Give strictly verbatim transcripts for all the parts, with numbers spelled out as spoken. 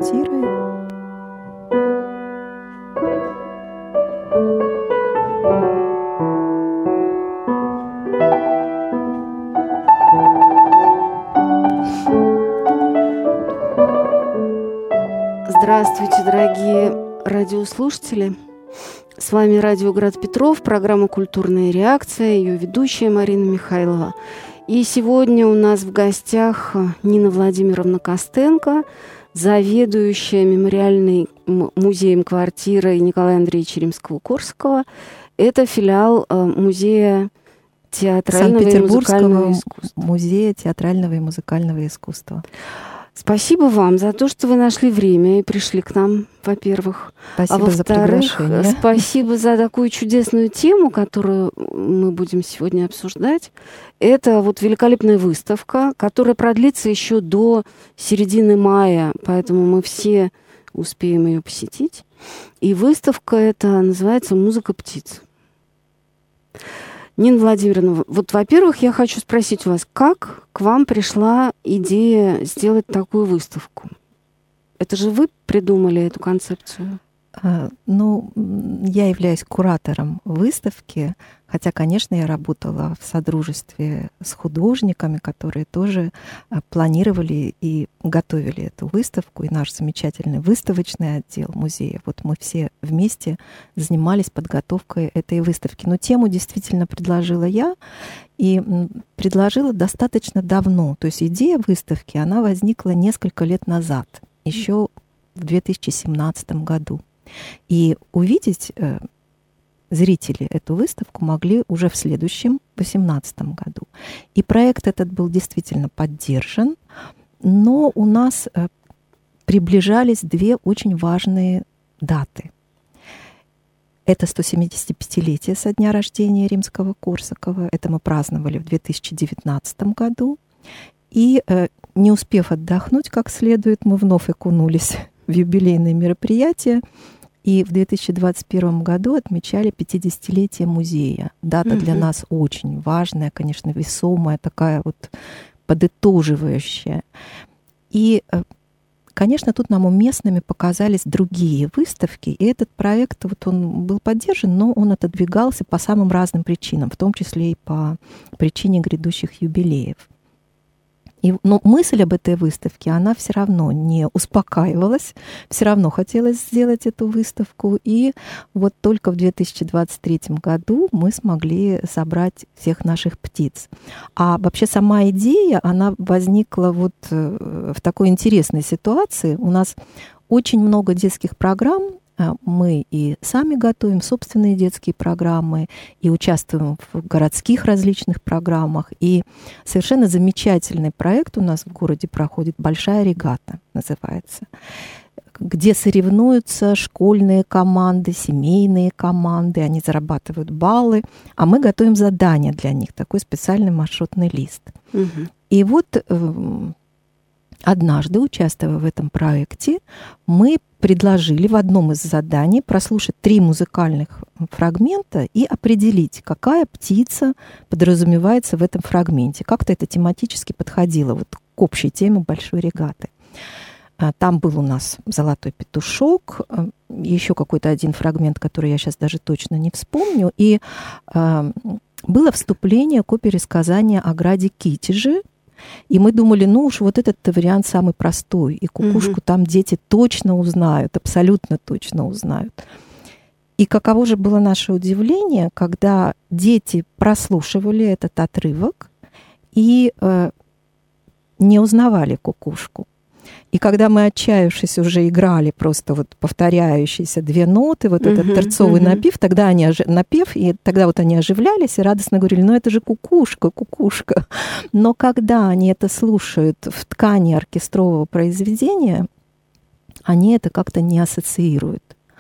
квартирой. Здравствуйте, дорогие радиослушатели. С вами радио Град Петров, программа «Культурная реакция», ее ведущая Марина Михайлова. И сегодня у нас в гостях Нина Владимировна Костенко, заведующая мемориальным музеем квартиры Николая Андреевича Римского-Корсакова. Это филиал музея театрального и музыкального искусства. Музея театрального и музыкального искусства. Спасибо вам за то, что вы нашли время и пришли к нам, во-первых. Спасибо а за приглашение. Спасибо за такую чудесную тему, которую мы будем сегодня обсуждать. Это вот великолепная выставка, которая продлится еще до середины мая, поэтому мы все успеем ее посетить. И выставка эта называется «Музыка птиц». Нина Владимировна, вот, во-первых, я хочу спросить у вас, как к вам пришла идея сделать такую выставку? Это же вы придумали эту концепцию? А, ну, я являюсь куратором выставки, хотя, конечно, я работала в содружестве с художниками, которые тоже планировали и готовили эту выставку, и наш замечательный выставочный отдел музея. Вот мы все вместе занимались подготовкой этой выставки. Но тему действительно предложила я, и предложила достаточно давно. То есть идея выставки, она возникла несколько лет назад, еще в две тысячи семнадцатом году. И увидеть э, зрители эту выставку могли уже в следующем, две тысячи восемнадцатом году. И проект этот был действительно поддержан, но у нас э, приближались две очень важные даты. Это сто семидесятипятилетие со дня рождения Римского-Корсакова, это мы праздновали в две тысячи девятнадцатом году. И э, не успев отдохнуть как следует, мы вновь окунулись в юбилейные мероприятия. И в две тысячи двадцать первом году отмечали пятидесятилетие музея. Дата mm-hmm. для нас очень важная, конечно, весомая, такая вот подытоживающая. И, конечно, тут нам уместными показались другие выставки. И этот проект, вот он был поддержан, но он отодвигался по самым разным причинам, в том числе и по причине грядущих юбилеев. И, но мысль об этой выставке, она все равно не успокаивалась, все равно хотелось сделать эту выставку. И вот только в две тысячи двадцать третьем году мы смогли собрать всех наших птиц. А вообще сама идея, она возникла вот в такой интересной ситуации. У нас очень много детских программ. Мы и сами готовим собственные детские программы, и участвуем в городских различных программах. И совершенно замечательный проект у нас в городе проходит «Большая регата» называется, где соревнуются школьные команды, семейные команды, они зарабатывают баллы, а мы готовим задания для них, такой специальный маршрутный лист. Угу. И вот однажды, участвуя в этом проекте, мы предложили в одном из заданий прослушать три музыкальных фрагмента и определить, какая птица подразумевается в этом фрагменте. Как-то это тематически подходило вот к общей теме «Большой регаты». Там был у нас «Золотой петушок», еще какой-то один фрагмент, который я сейчас даже точно не вспомню. И было вступление к опере сказания о граде Китеже. И мы думали, ну уж вот этот вариант самый простой, и кукушку mm-hmm. там дети точно узнают, абсолютно точно узнают. И каково же было наше удивление, когда дети прослушивали этот отрывок и э, не узнавали кукушку. И когда мы, отчаявшись, уже играли просто вот повторяющиеся две ноты, вот uh-huh, этот терцовый uh-huh. напев, тогда они ожи... напев, и тогда вот они оживлялись и радостно говорили, ну это же кукушка, кукушка. Но когда они это слушают в ткани оркестрового произведения, они это как-то не ассоциируют.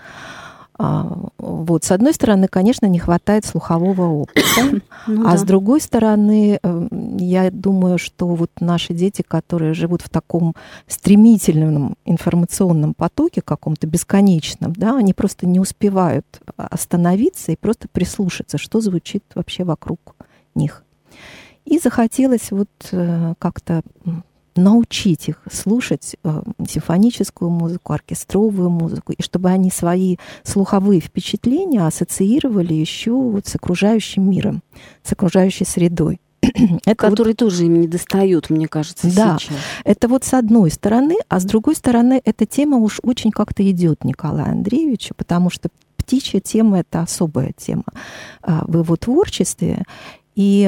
А, вот, с одной стороны, конечно, не хватает слухового опыта, ну, а да. с другой стороны, я думаю, что вот наши дети, которые живут в таком стремительном информационном потоке, каком-то бесконечном, да, они просто не успевают остановиться и просто прислушаться, что звучит вообще вокруг них. И захотелось вот как-то научить их слушать э, симфоническую музыку, оркестровую музыку, и чтобы они свои слуховые впечатления ассоциировали еще вот с окружающим миром, с окружающей средой. Это которые вот, тоже им не достают, мне кажется, да, сейчас. Это вот с одной стороны, а с другой стороны, эта тема уж очень как-то идет Николаю Андреевичу, потому что птичья тема — это особая тема а, в его творчестве. И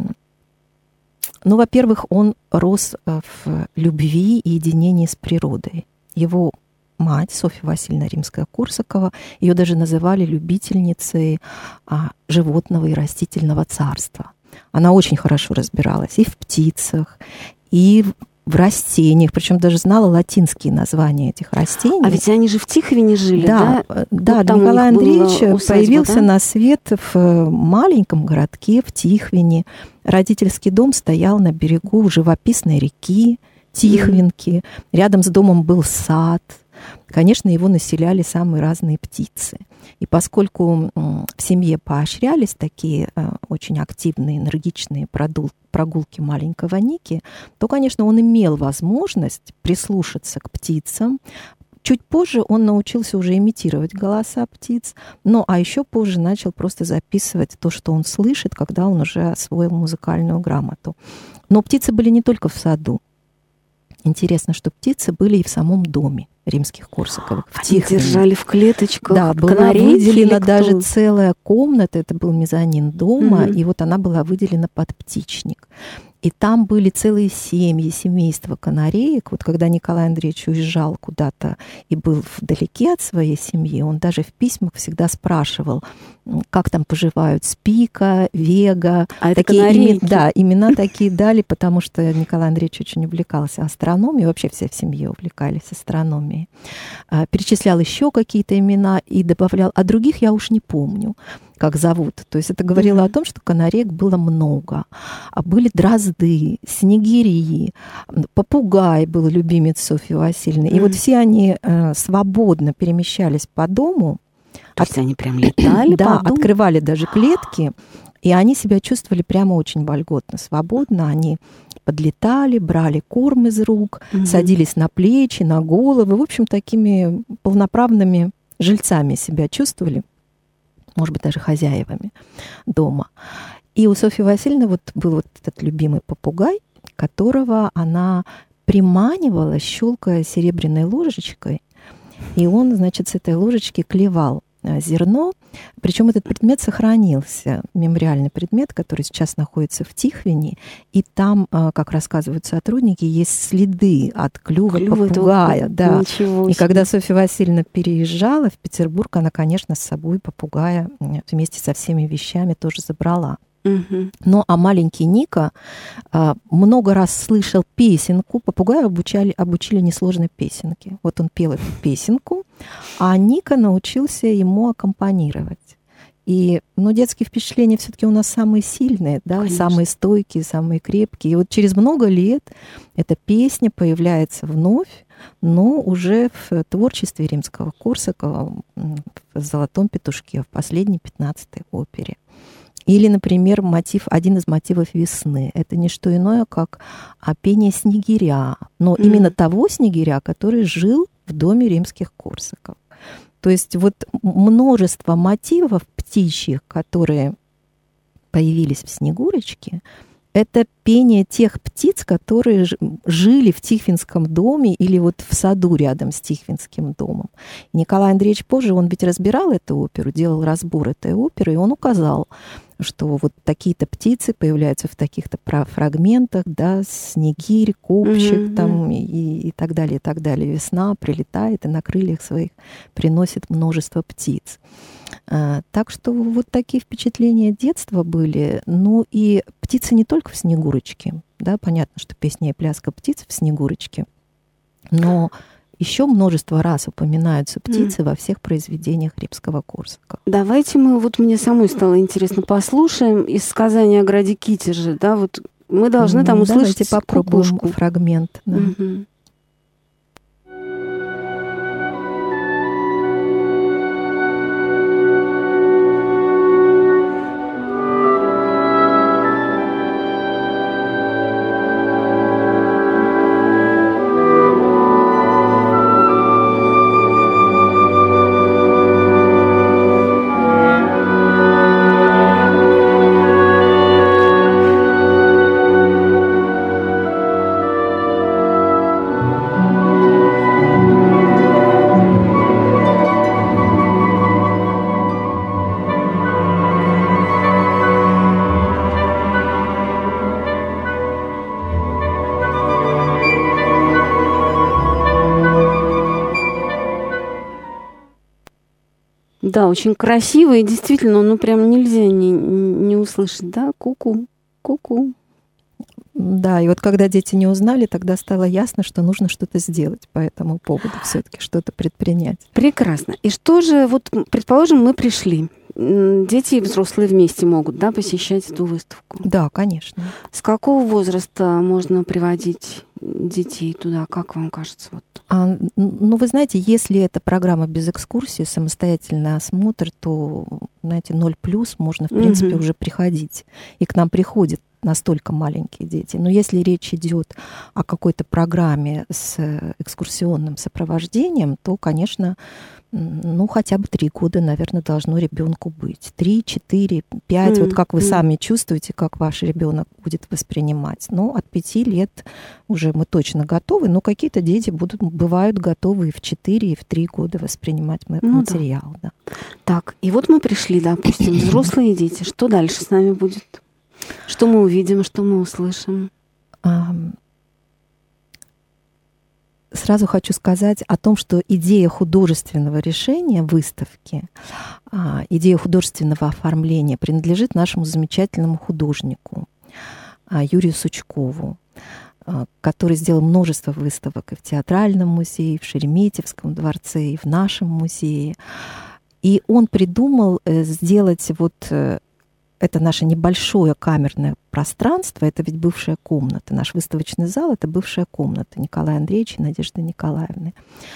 ну, во-первых, он рос в любви и единении с природой. Его мать, Софья Васильевна Римская-Корсакова, ее даже называли любительницей а, животного и растительного царства. Она очень хорошо разбиралась и в птицах, и в растениях, причем даже знала латинские названия этих растений. А ведь они же в Тихвине жили, да? Да, да. Вот Николай Андреевич усадьба, появился да? на свет в маленьком городке, в Тихвине. Родительский дом стоял на берегу живописной реки Тихвинки. Mm. Рядом с домом был сад. Конечно, его населяли самые разные птицы. И поскольку в семье поощрялись такие очень активные, энергичные прогулки маленького Ники, то, конечно, он имел возможность прислушаться к птицам. Чуть позже он научился уже имитировать голоса птиц, ну а еще позже начал просто записывать то, что он слышит, когда он уже освоил музыкальную грамоту. Но птицы были не только в саду. Интересно, что птицы были и в самом доме Римских-Корсаковых. Они держали в клеточках. Да, была выделена даже целая комната, это был мезонин дома, mm-hmm. и вот она была выделена под птичник. И там были целые семьи, семейства канареек. Вот когда Николай Андреевич уезжал куда-то и был вдалеке от своей семьи, он даже в письмах всегда спрашивал, как там поживают Спика, Вега. А такие это имен, да, имена такие дали, потому что Николай Андреевич очень увлекался астрономией, вообще все в семье увлекались астрономией. Перечислял еще какие-то имена и добавлял, а других я уж не помню, как зовут. То есть это говорило mm-hmm. о том, что канареек было много. А были дрозды, снегири, попугай был любимец Софьи Васильевны. Mm-hmm. И вот все они э, свободно перемещались по дому. То есть От... они прям летали Да, по дому? Открывали даже клетки, и они себя чувствовали прямо очень вольготно, свободно. Они подлетали, брали корм из рук, mm-hmm. садились на плечи, на головы. В общем, такими полноправными жильцами себя чувствовали. Может быть, даже хозяевами дома. И у Софьи Васильевны вот был вот этот любимый попугай, которого она приманивала, щелкая серебряной ложечкой. И он, значит, с этой ложечки клевал зерно. Причем этот предмет сохранился, мемориальный предмет, который сейчас находится в Тихвине. И там, как рассказывают сотрудники, есть следы от клюва, клюва попугая. Да. И когда Софья Васильевна переезжала в Петербург, она, конечно, с собой попугая вместе со всеми вещами тоже забрала. Угу. Ну, а маленький Ника а, много раз слышал песенку. Попугая обучали, обучили несложной песенке. Вот он пел эту песенку, а Ника научился ему аккомпанировать. И, ну, детские впечатления все-таки у нас самые сильные, да, Конечно. Самые стойкие, самые крепкие. И вот через много лет эта песня появляется вновь, но уже в творчестве Римского-Корсакова, в «Золотом петушке», в последней пятнадцатой опере. Или, например, мотив, один из мотивов «Весны». Это не что иное, как пение снегиря. Но mm. именно того снегиря, который жил в доме Римских-Корсаков. То есть вот множество мотивов птичьих, которые появились в «Снегурочке», это пение тех птиц, которые жили в Тихвинском доме или вот в саду рядом с Тихвинским домом. И Николай Андреевич позже, он ведь разбирал эту оперу, делал разбор этой оперы, и он указал, что вот такие-то птицы появляются в таких-то фрагментах, да, снегирь, копчик mm-hmm. там и, и так далее, и так далее. Весна прилетает и на крыльях своих приносит множество птиц. А, так что вот такие впечатления детства были. Ну и птицы не только в «Снегурочке», да, понятно, что песня и пляска птиц в «Снегурочке», но еще множество раз упоминаются птицы mm. во всех произведениях Римского-Корсакова. Давайте мы, вот мне самой стало интересно, послушаем из сказания о граде Китеже, да, вот мы должны там услышать Давайте попробуем кукушку. Фрагмент. Да. Mm-hmm. Да, очень красиво, и действительно, ну прям нельзя не, не услышать, да, ку-ку, ку-ку. Да, и вот когда дети не узнали, тогда стало ясно, что нужно что-то сделать по этому поводу, все-таки что-то предпринять. Прекрасно. И что же, вот, предположим, мы пришли. Дети и взрослые вместе могут, да, посещать эту выставку? Да, конечно. С какого возраста можно приводить детей туда, как вам кажется? Вот? А, ну, вы знаете, если это программа без экскурсии, самостоятельный осмотр, то, знаете, ноль плюс можно, в принципе, угу. уже приходить. И к нам приходят настолько маленькие дети. Но если речь идет о какой-то программе с экскурсионным сопровождением, то, конечно, ну, хотя бы три года, наверное, должно ребенку быть. Три, четыре, пять. Mm-hmm. Вот как вы сами чувствуете, как ваш ребенок будет воспринимать. Ну, от пяти лет уже мы точно готовы, но какие-то дети будут, бывают готовы и в четыре, и в три года воспринимать ну, материал. Да. Да. Так, и вот мы пришли, допустим, взрослые дети. Что дальше с нами будет? Что мы увидим, что мы услышим? Сразу хочу сказать о том, что идея художественного решения выставки, идея художественного оформления принадлежит нашему замечательному художнику Юрию Сучкову, который сделал множество выставок и в Театральном музее, и в Шереметьевском дворце, и в нашем музее. И он придумал сделать вот это наше небольшое камерное пространство, это ведь бывшая комната. Наш выставочный зал — это бывшая комната Николая Андреевича и Надежды Николаевны.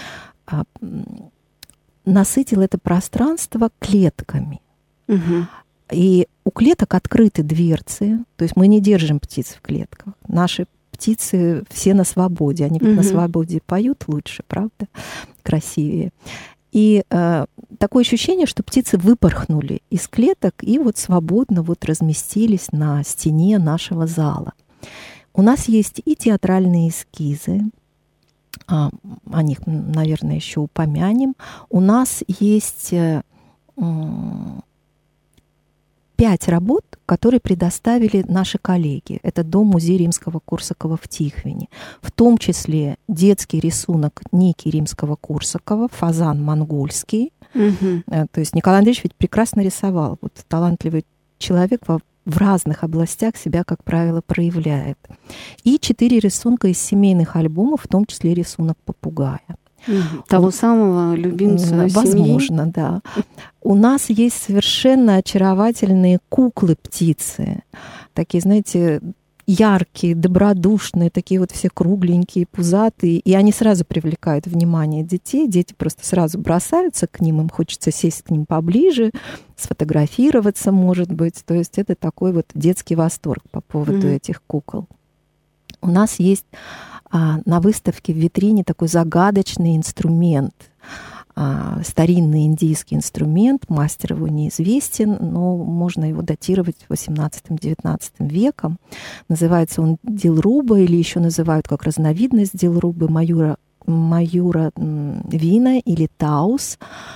Насытил это пространство клетками. Угу. И у клеток открыты дверцы, то есть мы не держим птиц в клетках. Наши птицы все на свободе, они ведь угу. на свободе поют лучше, правда? Красивее. И э, такое ощущение, что птицы выпорхнули из клеток и вот свободно вот разместились на стене нашего зала. У нас есть и театральные эскизы, а, о них, наверное, еще упомянем. У нас есть э, пять работ, которые предоставили наши коллеги. Это Дом-музей Римского-Корсакова в Тихвине. В том числе детский рисунок Ники Римского-Корсакова, фазан монгольский. Угу. То есть Николай Андреевич ведь прекрасно рисовал. Вот талантливый человек во, в разных областях себя, как правило, проявляет. И четыре рисунка из семейных альбомов, в том числе рисунок попугая. Угу. Того вот, самого любимца возможно, семьи. Да. У нас есть совершенно очаровательные куклы-птицы. Такие, знаете, яркие, добродушные, такие вот все кругленькие, пузатые. И они сразу привлекают внимание детей. Дети просто сразу бросаются к ним, им хочется сесть к ним поближе, сфотографироваться, может быть. То есть это такой вот детский восторг по поводу mm-hmm. этих кукол. У нас есть а, на выставке в витрине такой загадочный инструмент, а, старинный индийский инструмент, мастер его неизвестен, но можно его датировать восемнадцатым-девятнадцатым веком. Называется он дилруба, или еще называют как разновидность дилрубы маюра, маюра вина или таус.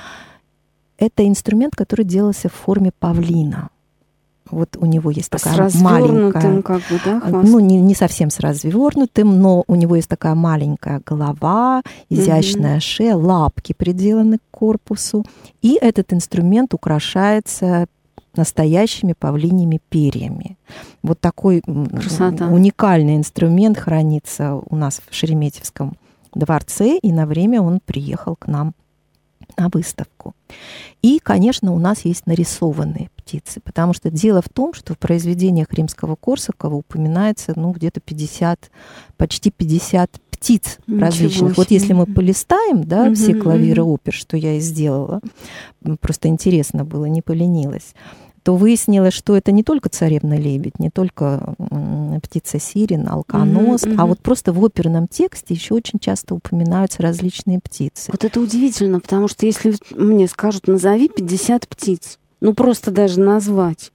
Это инструмент, который делался в форме павлина. Вот у него есть такая с маленькая... как бы, да, хвост? Ну, не, не совсем с развернутым, но у него есть такая маленькая голова, изящная угу. шея, лапки приделаны к корпусу. И этот инструмент украшается настоящими павлиньими перьями. Вот такой Красота. Уникальный инструмент хранится у нас в Шереметьевском дворце, и на время он приехал к нам на выставку. И, конечно, у нас есть нарисованные птицы, потому что дело в том, что в произведениях Римского-Корсакова упоминается, ну, где-то пятьдесят, почти пятьдесят птиц Ничего различных. Себе. Вот если мы полистаем, да, угу, все клавиры опер, что я и сделала, просто интересно было, не поленилась, то выяснилось, что это не только царевна-лебедь, не только птица сирен, алконост, mm-hmm, mm-hmm. а вот просто в оперном тексте еще очень часто упоминаются различные птицы. Вот это удивительно, потому что если мне скажут, назови пятьдесят птиц, ну просто даже назвать,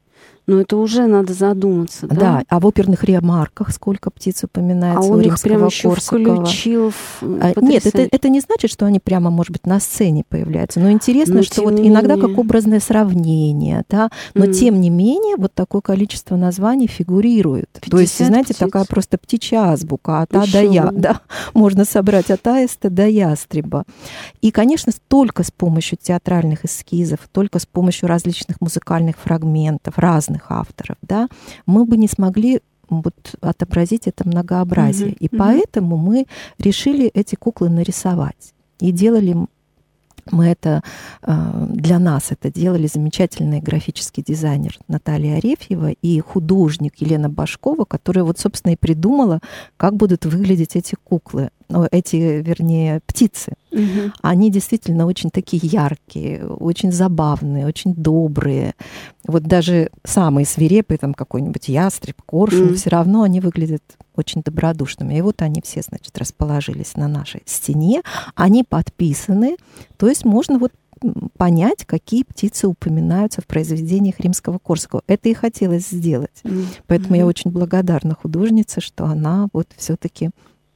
Но это уже надо задуматься, да? Да, а в оперных ремарках сколько птиц упоминается а у он их прямо еще Римского-Корсакова. включил в... Нет, это, это не значит, что они прямо, может быть, на сцене появляются. Но интересно, но, что вот иногда как образное сравнение, да, но mm. тем не менее вот такое количество названий фигурирует. То есть, знаете, птиц. Такая просто птичья азбука, от А до Я, да, можно собрать от аиста до ястреба. И, конечно, только с помощью театральных эскизов, только с помощью различных музыкальных фрагментов разных авторов, да, мы бы не смогли вот отобразить это многообразие. Mm-hmm. И mm-hmm. поэтому мы решили эти куклы нарисовать. И делали мы это, для нас это делали замечательный графический дизайнер Наталья Арефьева и художник Елена Башкова, которая вот, собственно, и придумала, как будут выглядеть эти куклы, эти, вернее, птицы. Угу. Они действительно очень такие яркие, очень забавные, очень добрые. Вот даже самые свирепые, там какой-нибудь ястреб, коршун, mm. все равно они выглядят очень добродушными. И вот они все, значит, расположились на нашей стене. Они подписаны, то есть можно вот понять, какие птицы упоминаются в произведениях Римского-Корсакова. Это и хотелось сделать. Mm. Поэтому mm-hmm. я очень благодарна художнице, что она вот все-таки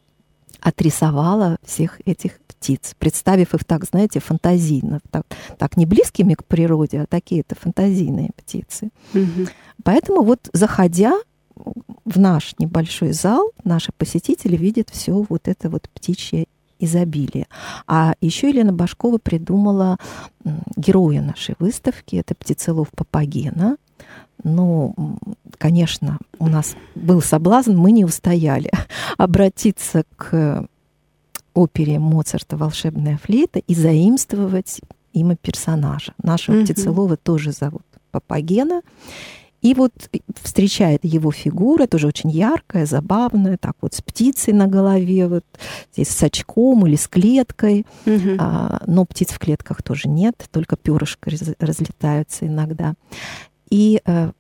отрисовала всех этих птиц, представив их так, знаете, фантазийно, так, так не близкими к природе, а такие-то фантазийные птицы. Mm-hmm. Поэтому вот, заходя в наш небольшой зал, наши посетители видят все вот это вот птичье изобилие. А еще Елена Башкова придумала героя нашей выставки, это птицелов Папагена. Ну, конечно, у нас был соблазн, мы не устояли обратиться к опере Моцарта «Волшебная флейта» и заимствовать имя персонажа. Нашего mm-hmm. птицелова тоже зовут Папагена. И вот встречает его фигура, тоже очень яркая, забавная, так вот с птицей на голове, вот здесь с очком или с клеткой. Mm-hmm. А, но птиц в клетках тоже нет, только перышки разлетаются иногда. И э,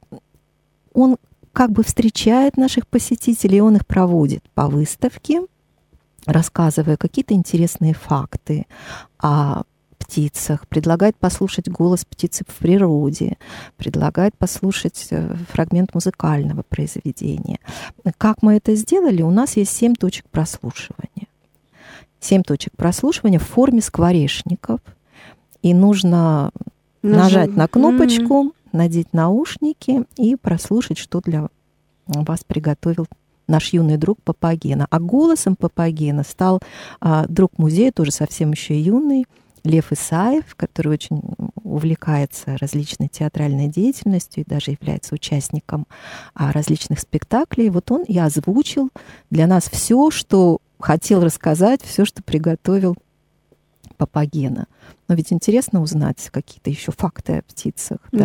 он как бы встречает наших посетителей, он их проводит по выставке, рассказывая какие-то интересные факты о птицах, предлагает послушать голос птицы в природе, предлагает послушать фрагмент музыкального произведения. Как мы это сделали? У нас есть семь точек прослушивания. Семь точек прослушивания в форме скворечников. И нужно Нажим. нажать на кнопочку, mm-hmm. надеть наушники и прослушать, что для вас приготовил наш юный друг Папагена. А голосом Папагена стал а, друг музея, тоже совсем еще юный, Лев Исаев, который очень увлекается различной театральной деятельностью и даже является участником а, различных спектаклей. Вот он и озвучил для нас все, что хотел рассказать, все, что приготовил Папагена. Но ведь интересно узнать какие-то еще факты о птицах. Да?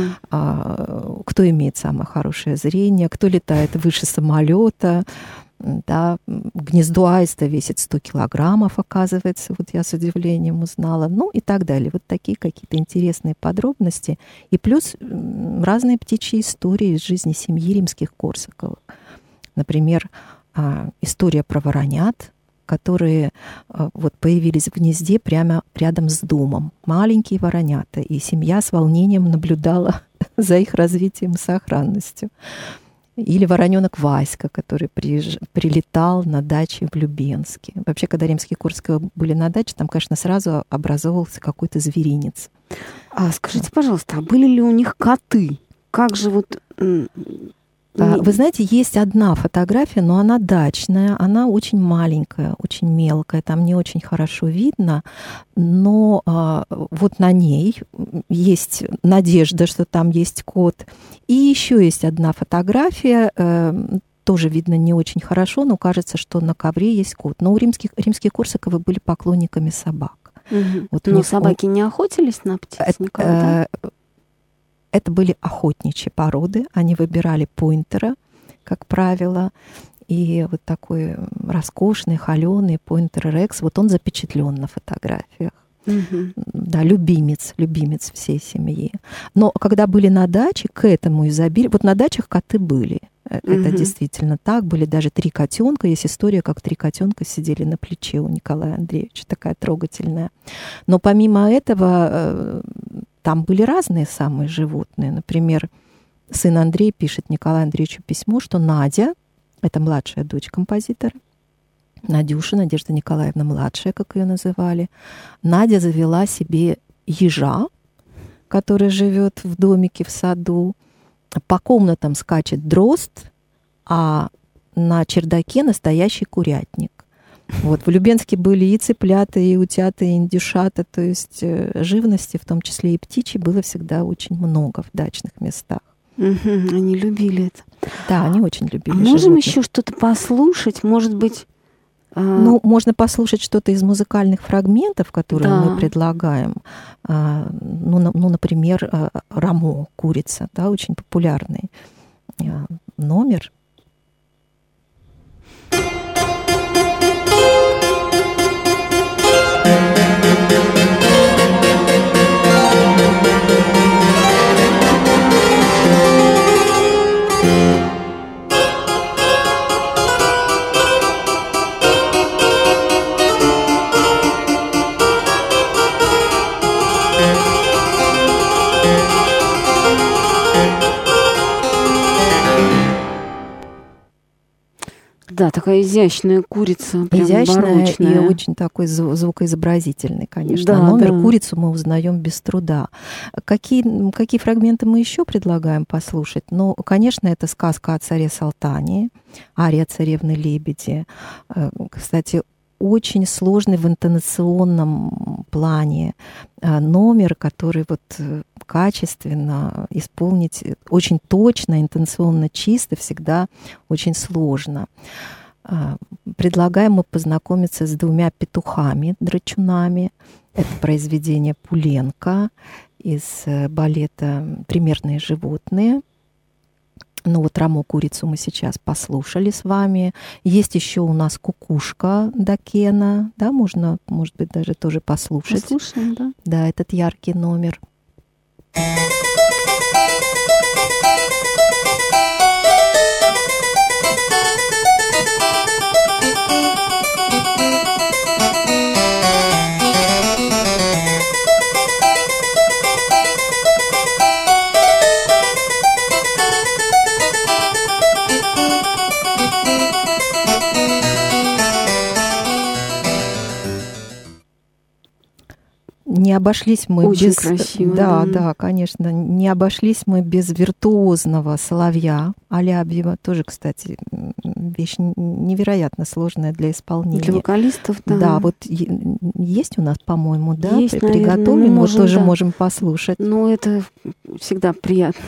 А, кто имеет самое хорошее зрение, кто летает выше самолета. Да? Гнездо аиста весит сто килограммов, оказывается. Вот я с удивлением узнала. Ну и так далее. Вот такие какие-то интересные подробности. И плюс разные птичьи истории из жизни семьи Римских-Корсаковых. Например, история про воронят, которые вот появились в гнезде прямо рядом с домом. Маленькие воронята. И семья с волнением наблюдала за их развитием и сохранностью. Или вороненок Васька, который приезж... прилетал на даче в Любенске. Вообще, когда Римские-Корсаковы были на даче, там, конечно, сразу образовывался какой-то зверинец. А скажите, пожалуйста, а были ли у них коты? Как же вот... Вы знаете, есть одна фотография, но она дачная, она очень маленькая, очень мелкая, там не очень хорошо видно, но а, вот на ней есть надежда, что там есть кот. И еще есть одна фотография, э, тоже видно не очень хорошо, но кажется, что на ковре есть кот. Но у римских, римские Корсаковы были поклонниками собак. Угу. Вот но них, собаки он... не охотились на птиц э, никогда? Э, Это были охотничьи породы. Они выбирали пойнтера, как правило. И вот такой роскошный, холеный пойнтер Рекс, вот он запечатлен на фотографиях. Mm-hmm. Да, любимец, любимец всей семьи. Но когда были на даче, к этому изобилию... Вот на дачах коты были. Это mm-hmm. действительно так. Были даже три котенка. Есть история, как три котенка сидели на плече у Николая Андреевича. Такая трогательная. Но помимо этого... Там были разные самые животные. Например, сын Андрей пишет Николаю Андреевичу письмо, что Надя, это младшая дочь композитора, Надюша, Надежда Николаевна младшая, как ее называли, Надя завела себе ежа, который живет в домике в саду, по комнатам скачет дрозд, а на чердаке настоящий курятник. Вот. В Любенске были и цыплята, и утята, и индюшата, то есть живности, в том числе и птичьей, было всегда очень много в дачных местах. Угу, они любили это. Да, они очень любили. А можем еще что-то послушать? Может быть... Ну, можно послушать что-то из музыкальных фрагментов, которые да. мы предлагаем. Ну, ну, например, «Рамо», «Курица», да, очень популярный номер. Да, такая изящная курица, прям изящная барочная. И очень такой звукоизобразительный, конечно. Да, номер да. «Курицу» мы узнаем без труда. Какие, какие фрагменты мы еще предлагаем послушать? Ну, конечно, это сказка о царе Салтане, ария царевны Лебеди. Кстати, очень сложный в интонационном плане номер, который вот качественно исполнить, очень точно, интонационно чисто, всегда очень сложно. Предлагаем мы познакомиться с двумя петухами, драчунами. Это произведение Пуленко из балета «Примерные животные». Ну вот «Рамо», «Курицу» мы сейчас послушали с вами. Есть еще у нас «Кукушка» Дакена, да, можно, может быть, даже тоже послушать. Послушаем, да. Да, этот яркий номер. Не обошлись мы Очень без... красиво. Да, да, да, конечно. Не обошлись мы без виртуозного соловья Алябьева. Тоже, кстати, вещь невероятно сложная для исполнения. Для вокалистов, да. Да, вот есть у нас, по-моему, да, есть, приготовлен, вот тоже да. можем послушать. Ну, это всегда приятно.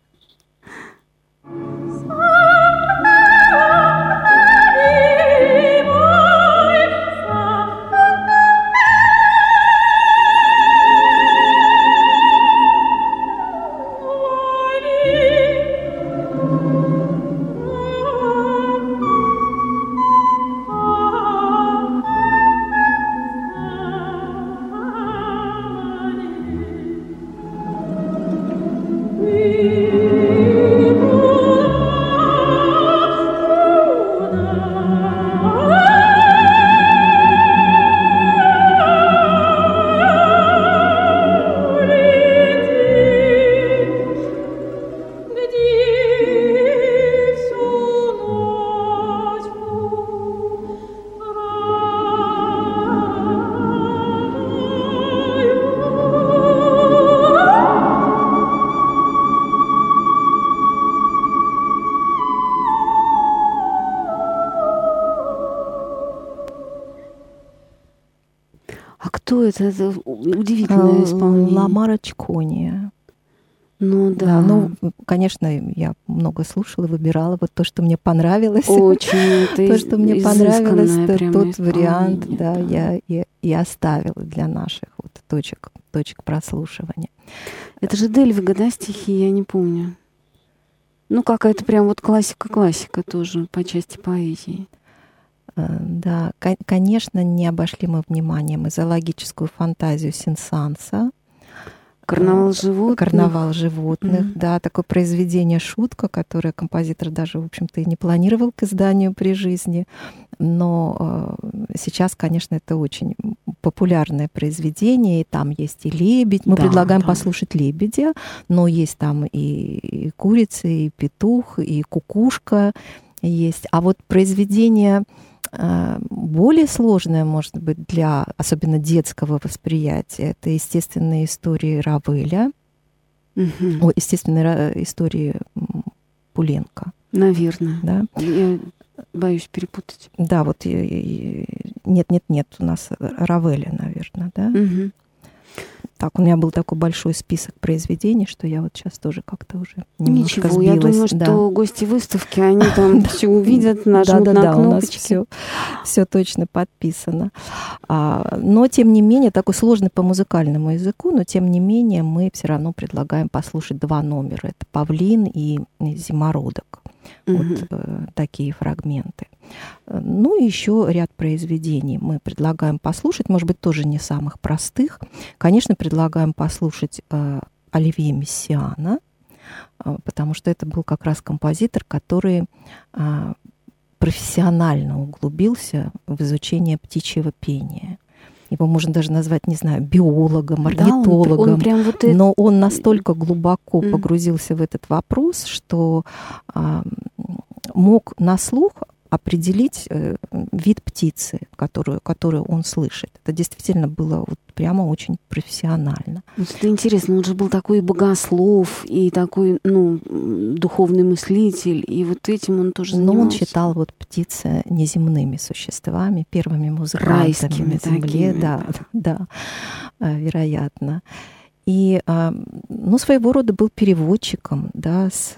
Кто это? Это удивительное исполнение. Ламара Чкония. Ну да. да. Ну, конечно, я много слушала, выбирала вот то, что мне понравилось. Очень. То, что мне понравилось, тот вариант, да, я и, и оставила для наших вот точек, точек прослушивания. Это же Дельвига, да, стихи, я не помню. Ну, какая-то прям вот классика-классика тоже по части поэзии. Да, конечно, не обошли мы вниманием и зоологическую фантазию Сен-Санса. «Карнавал животных». «Карнавал животных», mm-hmm. да, такое произведение «Шутка», которое композитор даже, в общем-то, и не планировал к изданию при жизни. Но э, сейчас, конечно, это очень популярное произведение, и там есть и лебедь. Мы да, предлагаем да. послушать лебедя, но есть там и, и курица, и петух, и кукушка есть. А вот произведение э, более сложное, может быть, для особенно детского восприятия, это естественные истории Равеля, угу. О, естественные истории Пуленко. Наверное. Да? Я боюсь перепутать. Да, вот нет-нет-нет, у нас Равеля, наверное, да? Угу. Так, у меня был такой большой список произведений, что я вот сейчас тоже как-то уже немножко Ничего, сбилась. Я думаю, да. что гости выставки, они там все увидят, нажмут на кнопочки. У нас все, все точно подписано. А, но, тем не менее, такой сложный по музыкальному языку, но, тем не менее, мы все равно предлагаем послушать два номера. Это «Павлин» и «Зимородок». Угу. Вот э, такие фрагменты. Ну и еще ряд произведений мы предлагаем послушать, может быть, тоже не самых простых. Конечно, предлагаем послушать э, Оливье Мессиана, э, потому что это был как раз композитор, который э, профессионально углубился в изучение птичьего пения. Его можно даже назвать, не знаю, биологом, орнитологом. Да, он, он прям вот это... Но он настолько глубоко mm. погрузился в этот вопрос, что а, мог на слух определить э, вид птицы, которую, которую он слышит. Это действительно было вот прямо очень профессионально. Это интересно, он же был такой и богослов, и такой, ну, духовный мыслитель, и вот этим он тоже занимался. Но он считал вот птицы неземными существами, первыми музыкантами на Земле. Да, да, да, вероятно. И, ну, своего рода был переводчиком, да, с...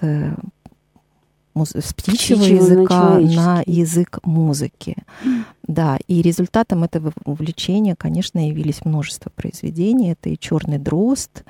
с птичьего языка на, на язык музыки. Mm. Да, и результатом этого увлечения, конечно, явились множество произведений. Это и «Черный дрозд»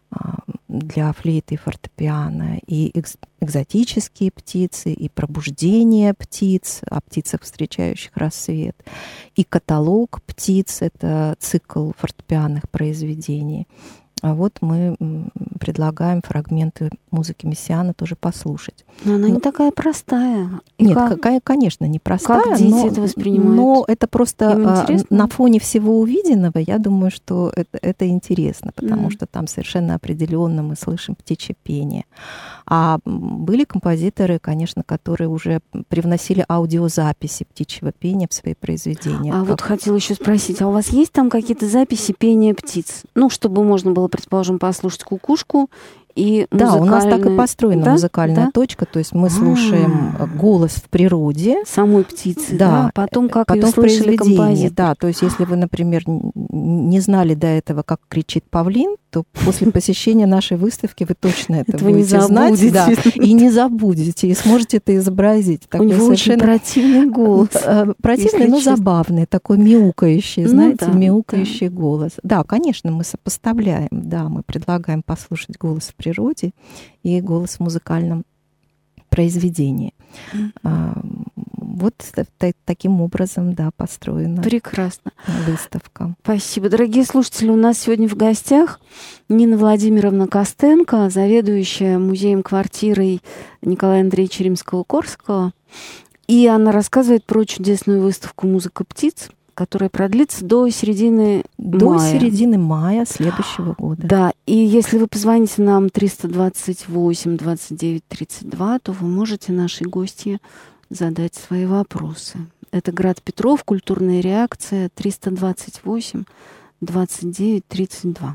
для флейты и фортепиано, и экзотические птицы, и пробуждение птиц, о птицах, встречающих рассвет, и каталог птиц, это цикл фортепианных произведений. А вот мы предлагаем фрагменты музыки Мессиана тоже послушать. Но она но... не такая простая. И Нет, как... какая, конечно, не простая. Как дети но, это воспринимают? Но это просто на фоне всего увиденного, я думаю, что это, это интересно, потому mm. что там совершенно определенно мы слышим птичье пение. А были композиторы, конечно, которые уже привносили аудиозаписи птичьего пения в свои произведения. А как... вот хотела еще спросить, а у вас есть там какие-то записи пения птиц? Ну, чтобы можно было, предположим, послушать кукушку и да, у нас так и построена да? музыкальная да? точка, то есть мы слушаем А-а-а. голос в природе. Самой птицы, да, да? Потом как потом ее слышали композитор. Да, то есть если вы, например, не знали до этого, как кричит павлин, то после посещения нашей выставки вы точно это будете знать. Да, и не забудете, и сможете это изобразить. У него очень противный голос. Противный, но забавный, такой мяукающий, знаете, мяукающий голос. Да, конечно, мы сопоставляем, да, мы предлагаем послушать голос в природе и голос в музыкальном произведении. Mm-hmm. Вот таким образом, да, построена Прекрасно. выставка. Спасибо. Дорогие слушатели, у нас сегодня в гостях Нина Владимировна Костенко, заведующая музеем-квартирой Николая Андреевича Римского-Корского. И она рассказывает про чудесную выставку «Музыка птиц», которая продлится до середины до мая. До середины мая следующего года. Да, и если вы позвоните нам триста двадцать восемь двадцать девять тридцать два, то вы можете нашей гостье задать свои вопросы. Это Град Петров, культурная реакция, триста двадцать восемь двадцать девять тридцать два.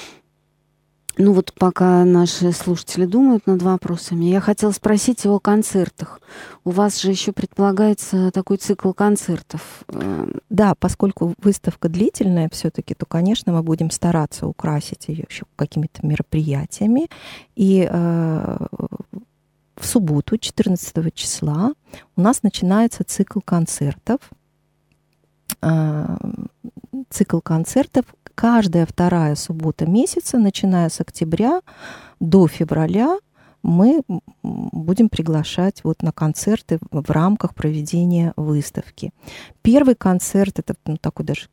Ну вот пока наши слушатели думают над вопросами, я хотела спросить о концертах. У вас же еще предполагается такой цикл концертов. Да, поскольку выставка длительная все-таки, то, конечно, мы будем стараться украсить ее еще какими-то мероприятиями. И э, в субботу, четырнадцатого числа, у нас начинается цикл концертов. Э, цикл концертов каждая вторая суббота месяца, начиная с октября до февраля, мы будем приглашать вот на концерты в рамках проведения выставки. Первый концерт, это ну, такой даже и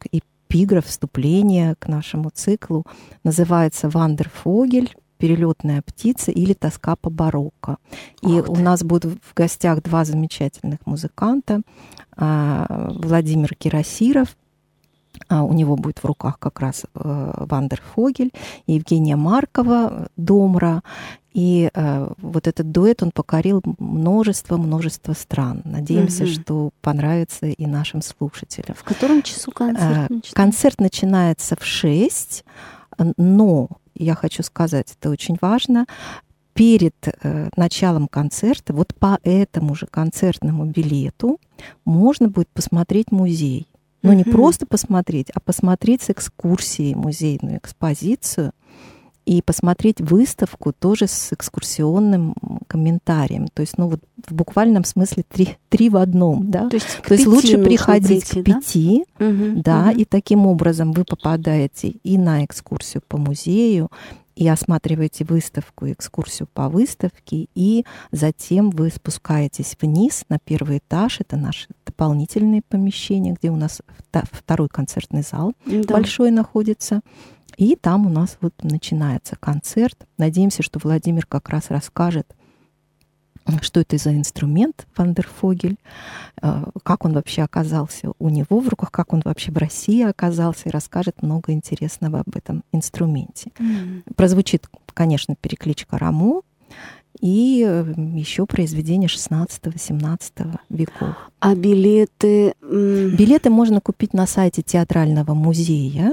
эпиграф, вступление к нашему циклу. Называется «Вандерфогель. Перелетная птица» или «Тоска по барокко». И у нас будут в гостях два замечательных музыканта. Владимир Кирасиров, у него будет в руках как раз «Вандерфогель», и Евгения Маркова «Домра». И э, вот этот дуэт, он покорил множество-множество стран. Надеемся, угу. что понравится и нашим слушателям. В котором часу концерт начинается? Концерт начинается в шесть, но, я хочу сказать, это очень важно, перед э, началом концерта, вот по этому же концертному билету можно будет посмотреть музей. Но угу. не просто посмотреть, а посмотреть с экскурсией музейную экспозицию, и посмотреть выставку тоже с экскурсионным комментарием. То есть, ну вот в буквальном смысле три, три в одном, да. То есть, То есть лучше приходить прийти, к пяти, да, угу, да угу. и таким образом вы попадаете и на экскурсию по музею, и осматриваете выставку, экскурсию по выставке, и затем вы спускаетесь вниз на первый этаж. Это наши дополнительные помещения, где у нас второй концертный зал да. большой находится. И там у нас вот начинается концерт. Надеемся, что Владимир как раз расскажет, что это за инструмент Вандерфогель, как он вообще оказался у него в руках, как он вообще в России оказался, и расскажет много интересного об этом инструменте. Mm-hmm. Прозвучит, конечно, перекличка Рамо и еще произведения шестнадцатого-семнадцатого веков. А билеты? Билеты можно купить на сайте Театрального музея,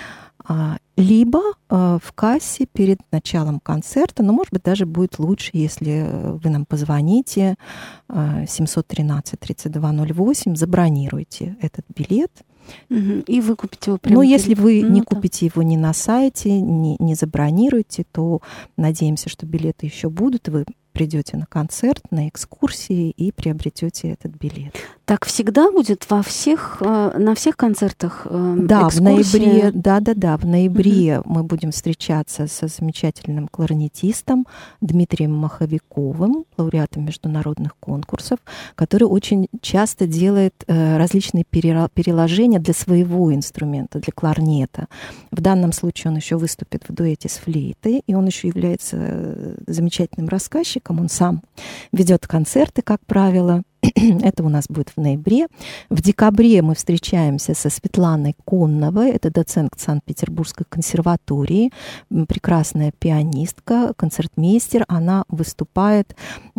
либо э, в кассе перед началом концерта, но, может быть, даже будет лучше, если вы нам позвоните э, семьсот тринадцать тридцать два ноль восемь, забронируйте этот билет. Угу. И вы купите его прямо. Но если вы ну, не да. купите его ни на сайте, не, не забронируете, то надеемся, что билеты еще будут, вы придете на концерт, на экскурсии и приобретете этот билет. Так всегда будет во всех, на всех концертах да, экскурсия? В ноябре, да, да, да, в ноябре угу. мы будем встречаться со замечательным кларнетистом Дмитрием Маховиковым, лауреатом международных конкурсов, который очень часто делает различные переложения для своего инструмента, для кларнета. В данном случае он еще выступит в дуэте с флейтой, и он еще является замечательным рассказчиком. Он сам ведет концерты, как правило. Это у нас будет в ноябре. В декабре мы встречаемся со Светланой Конновой. Это доцент Санкт-Петербургской консерватории, прекрасная пианистка, концертмейстер. Она выступает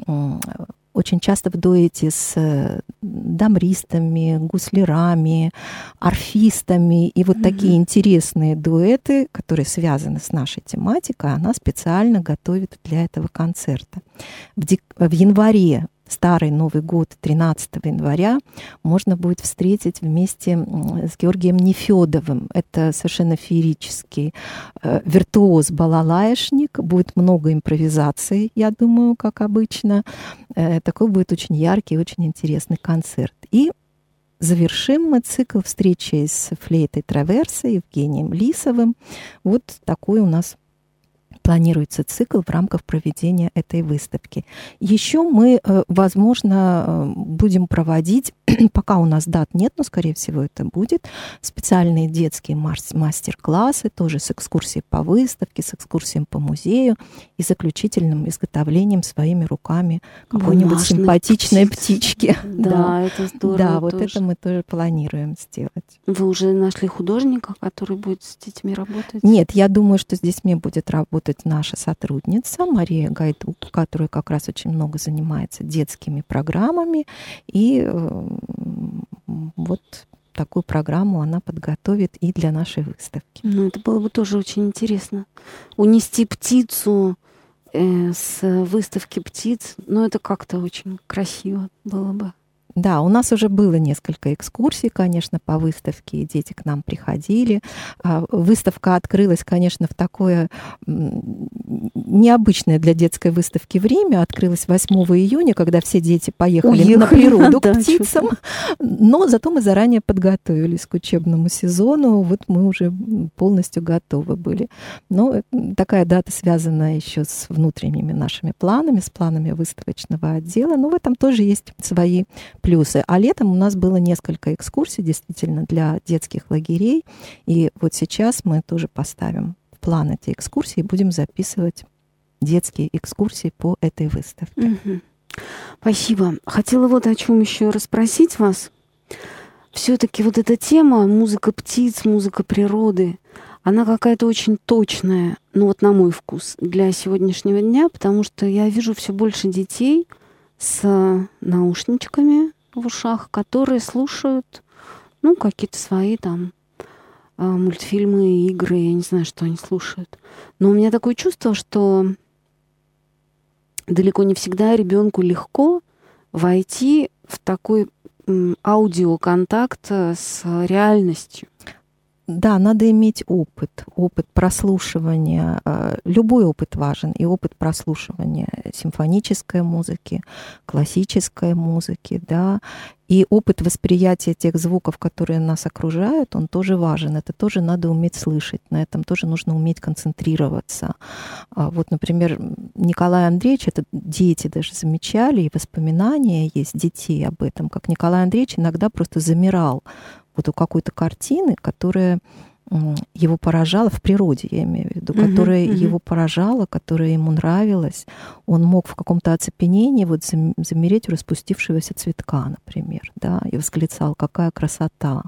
очень часто в дуэте с дамбристами, гуслярами, арфистами. И вот mm-hmm. такие интересные дуэты, которые связаны с нашей тематикой, она специально готовит для этого концерта. В, дек... в январе, Старый Новый год, тринадцатого января, можно будет встретить вместе с Георгием Нефёдовым. Это совершенно феерический э, виртуоз-балалаешник. Будет много импровизаций, я думаю, как обычно. Э, такой будет очень яркий, очень интересный концерт. И завершим мы цикл встречи с флейтой Траверса Евгением Лисовым. Вот такой у нас планируется цикл в рамках проведения этой выставки. Еще мы, возможно, будем проводить, пока у нас дат нет, но, скорее всего, это будет, специальные детские мастер-классы, тоже с экскурсией по выставке, с экскурсией по музею и заключительным изготовлением своими руками какой-нибудь симпатичной птички. Да, да, это здорово. Да, вот тоже. Это мы тоже планируем сделать. Вы уже нашли художника, который будет с детьми работать? Нет, я думаю, что здесь мне будет работать наша сотрудница Мария Гайдук, которая как раз очень много занимается детскими программами. И э, вот такую программу она подготовит и для нашей выставки. Ну, это было бы тоже очень интересно. Унести птицу э, с выставки птиц, ну, это как-то очень красиво было бы. Да, у нас уже было несколько экскурсий, конечно, по выставке, и дети к нам приходили. Выставка открылась, конечно, в такое необычное для детской выставки время. Открылась восьмого июня, когда все дети поехали Уехали, на природу да, к птицам. Но зато мы заранее подготовились к учебному сезону. Вот мы уже полностью готовы были. Но такая дата связана еще с внутренними нашими планами, с планами выставочного отдела. Но в этом тоже есть свои плюсы. А летом у нас было несколько экскурсий, действительно, для детских лагерей. И вот сейчас мы тоже поставим в план эти экскурсии и будем записывать детские экскурсии по этой выставке. Угу. Спасибо. Хотела вот о чем еще расспросить вас. Все-таки вот эта тема музыка птиц, музыка природы, она какая-то очень точная, ну вот на мой вкус, для сегодняшнего дня, потому что я вижу все больше детей с наушничками в ушах, которые слушают, ну, какие-то свои там мультфильмы, игры, я не знаю, что они слушают. Но у меня такое чувство, что далеко не всегда ребенку легко войти в такой м, аудиоконтакт с реальностью. Да, надо иметь опыт, опыт прослушивания. Любой опыт важен, и опыт прослушивания симфонической музыки, классической музыки, да, и опыт восприятия тех звуков, которые нас окружают, он тоже важен. Это тоже надо уметь слышать, на этом тоже нужно уметь концентрироваться. Вот, например, Николай Андреевич, это дети даже замечали, и воспоминания есть детей об этом, как Николай Андреевич иногда просто замирал вот у какой-то картины, которая его поражала в природе, я имею в виду, uh-huh, которая uh-huh. его поражала, которая ему нравилась. Он мог в каком-то оцепенении вот замереть у распустившегося цветка, например, да, и восклицал: какая красота.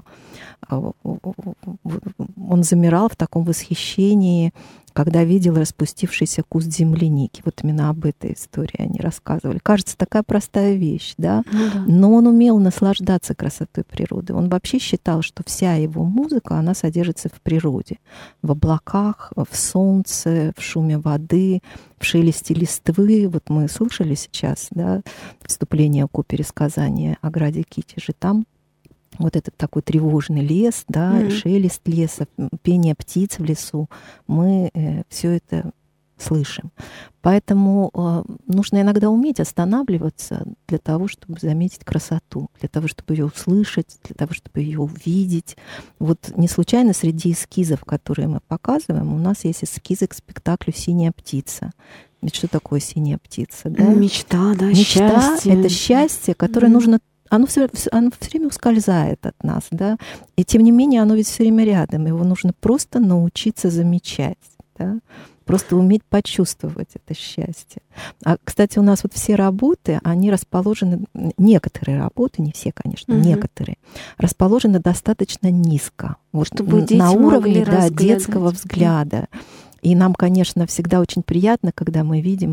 Он замирал в таком восхищении, когда видел распустившийся куст земляники. Вот именно об этой истории они рассказывали. Кажется, такая простая вещь, да? Ну, да. Но он умел наслаждаться красотой природы. Он вообще считал, что вся его музыка, она содержится в природе. В облаках, в солнце, в шуме воды, в шелесте листвы. Вот мы слышали сейчас, да, вступление к опере-сказания о граде Китеже. Там вот этот такой тревожный лес, да, mm-hmm. шелест леса, пение птиц в лесу, мы э, все это слышим. Поэтому э, нужно иногда уметь останавливаться для того, чтобы заметить красоту, для того, чтобы ее услышать, для того, чтобы ее увидеть. Вот не случайно среди эскизов, которые мы показываем, у нас есть эскизы к спектаклю «Синяя птица». Ведь что такое синяя птица? Да? Мечта, да, Мечта счастье. — это счастье, которое mm-hmm. нужно Оно все, оно все время ускользает от нас, да, и тем не менее оно ведь все время рядом, его нужно просто научиться замечать, да, просто уметь почувствовать это счастье. А, кстати, у нас вот все работы, они расположены, некоторые работы, не все, конечно, угу. некоторые, расположены достаточно низко, вот, чтобы на уровне, да, детского взгляда. И нам, конечно, всегда очень приятно, когда мы видим,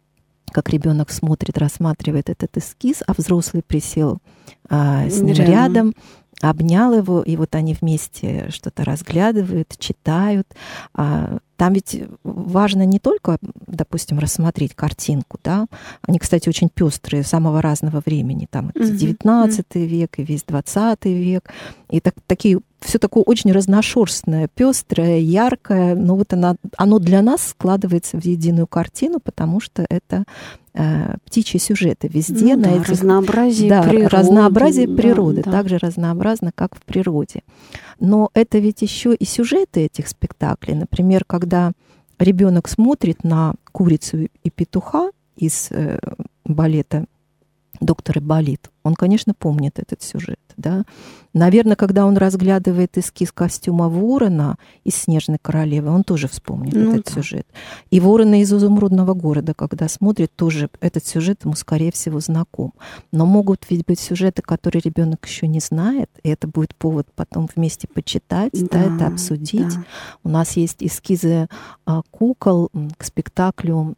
как ребенок смотрит, рассматривает этот эскиз, а взрослый присел а, с ним рядом. рядом, обнял его, и вот они вместе что-то разглядывают, читают. А, там ведь важно не только, допустим, рассмотреть картинку, да. Они, кстати, очень пестрые, самого разного времени. Там mm-hmm. девятнадцатый mm-hmm. век и весь двадцатый век. И так, такие, все такое очень разношерстное, пестрое, яркое. Но вот она, оно для нас складывается в единую картину, потому что это э, птичьи сюжеты везде. Ну, на да, этих, разнообразие да, природы. Разнообразие природы, да, так же разнообразно, как в природе. Но это ведь еще и сюжеты этих спектаклей. Например, когда ребенок смотрит на курицу и петуха из э, балета «Доктор Айболит», он, конечно, помнит этот сюжет. Да? Наверное, когда он разглядывает эскиз костюма ворона из «Снежной королевы», он тоже вспомнит ну, этот да. сюжет. И «Ворона из изумрудного города», когда смотрит, тоже этот сюжет ему, скорее всего, знаком. Но могут ведь быть сюжеты, которые ребенок еще не знает, и это будет повод потом вместе почитать, да, да, это обсудить. Да. У нас есть эскизы а, кукол к спектаклю,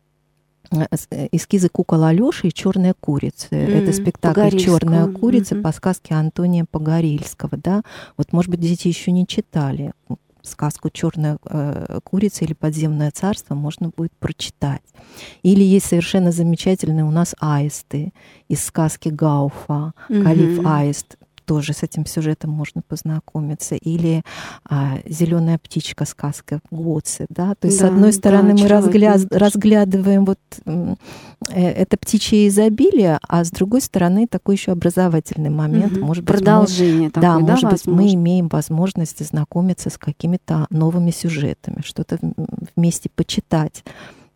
эскизы кукол Алёши и «Черная курица». Mm-hmm. Это спектакль «Черная курица» mm-hmm. по сказке Антония Погорельского. Да? Вот, может быть, дети еще не читали сказку «Черная э, курица» или «Подземное царство», можно будет прочитать. Или есть совершенно замечательные у нас аисты из сказки Гауфа, mm-hmm. «Калиф Аист». Тоже с этим сюжетом можно познакомиться. Или а, «Зеленая птичка», сказка Гоце. Да? То есть, да, с одной стороны, да, мы разгля... разглядываем вот, э, это птичье изобилие, а с другой стороны, такой еще образовательный момент. Угу. Может Продолжение быть, мы, такое, да, да, может возможно? быть, мы имеем возможность знакомиться с какими-то новыми сюжетами, что-то вместе почитать.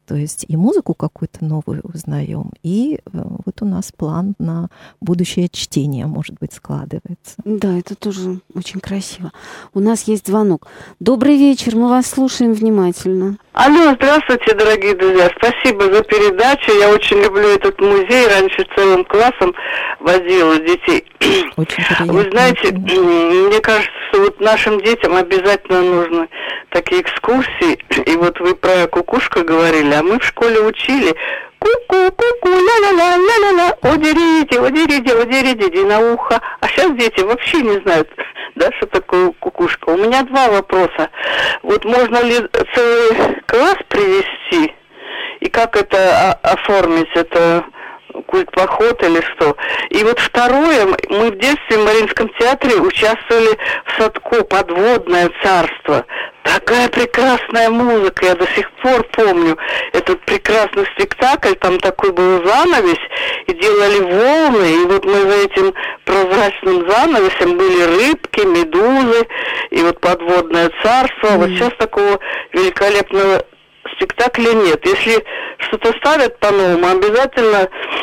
То есть и музыку какую-то новую узнаем, и вот у нас план на будущее чтение, может быть, складывается. Да, это тоже очень красиво. У нас есть звонок. Добрый вечер, мы вас слушаем внимательно. Алло, здравствуйте, дорогие друзья. Спасибо за передачу. Я очень люблю этот музей. Раньше целым классом возила детей. Очень приятно. Вы знаете, мне кажется, что вот нашим детям обязательно нужны такие экскурсии. И вот вы про кукушку говорили, а мы в школе учили. Ку-ку, ку-ку, ля-ля-ля, ля-ля-ля, одерите, одерите, одерите, иди на ухо. А сейчас дети вообще не знают, да, что такое кукушка. У меня два вопроса. Вот можно ли целый класс привести? И как это оформить? Это культ-поход или что? И вот второе, мы в детстве в Мариинском театре участвовали в Садко «Подводное царство». Такая прекрасная музыка, я до сих пор помню этот прекрасный спектакль, там такой был занавес, и делали волны, и вот мы за этим прозрачным занавесом были рыбки, медузы, и вот подводное царство. Mm-hmm. Вот сейчас такого великолепного спектакля нет. Если что-то ставят по-новому, обязательно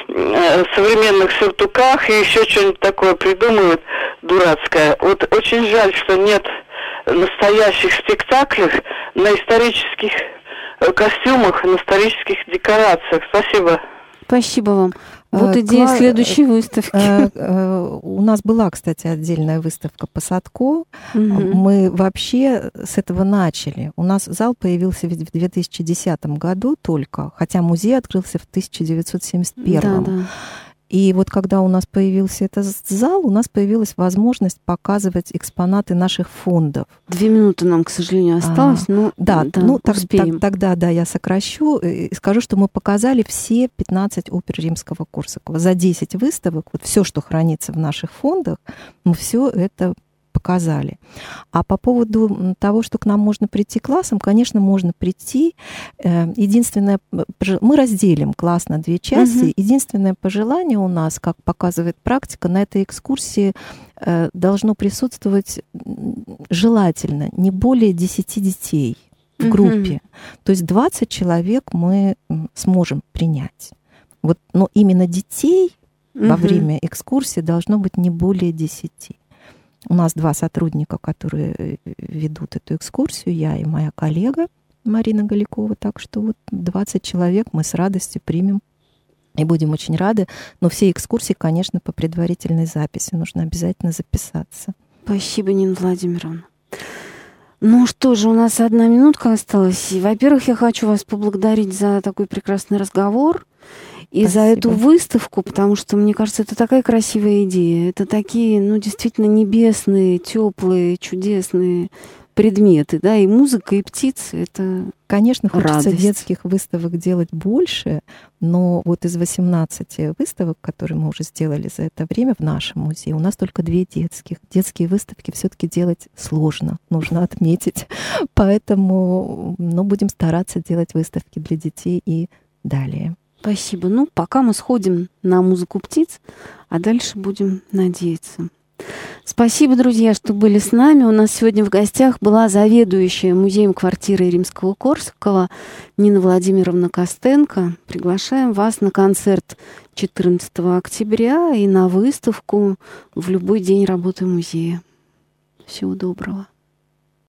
э, в современных сюртуках и еще что-нибудь такое придумывают дурацкое. Вот очень жаль, что нет настоящих спектаклей на исторических костюмах, на исторических декорациях. Спасибо. Спасибо вам. Вот а, идея кла... следующей выставки. А, а, у нас была, кстати, отдельная выставка по Садко. Угу. Мы вообще с этого начали. У нас зал появился ведь в две тысячи десятом году только, хотя музей открылся в тысяча девятьсот семьдесят первом. Да, да. И вот когда у нас появился этот зал, у нас появилась возможность показывать экспонаты наших фондов. Две минуты нам, к сожалению, осталось, а, но да, да, ну, так, успеем. Так, тогда, да, я сокращу и скажу, что мы показали все пятнадцать опер Римского-Корсакова. За десять выставок, вот все, что хранится в наших фондах, мы все это показали. А по поводу того, что к нам можно прийти классом, конечно, можно прийти. Единственное, мы разделим класс на две части. Угу. Единственное пожелание у нас, как показывает практика, на этой экскурсии должно присутствовать желательно не более десяти детей в группе. Угу. То есть двадцать человек мы сможем принять. Вот, но именно детей угу. во время экскурсии должно быть не более десяти. У нас два сотрудника, которые ведут эту экскурсию, я и моя коллега Марина Галикова. Так что вот двадцать человек мы с радостью примем и будем очень рады. Но все экскурсии, конечно, по предварительной записи. Нужно обязательно записаться. Спасибо, Нина Владимировна. Ну что же, у нас одна минутка осталась. Во-первых, я хочу вас поблагодарить за такой прекрасный разговор. И Спасибо. За эту выставку, потому что, мне кажется, это такая красивая идея. Это такие, ну, действительно небесные, теплые, чудесные предметы, да, и музыка, и птицы. Это Конечно, хочется радость. Детских выставок делать больше, но вот из восемнадцати выставок, которые мы уже сделали за это время в нашем музее, у нас только две детских. Детские выставки все-таки делать сложно, нужно отметить. Поэтому, ну, будем стараться делать выставки для детей и далее. Спасибо. Ну, пока мы сходим на музыку птиц, а дальше будем надеяться. Спасибо, друзья, что были с нами. У нас сегодня в гостях была заведующая музеем-квартирой Римского-Корсакова Нина Владимировна Костенко. Приглашаем вас на концерт четырнадцатого октября и на выставку в любой день работы музея. Всего доброго.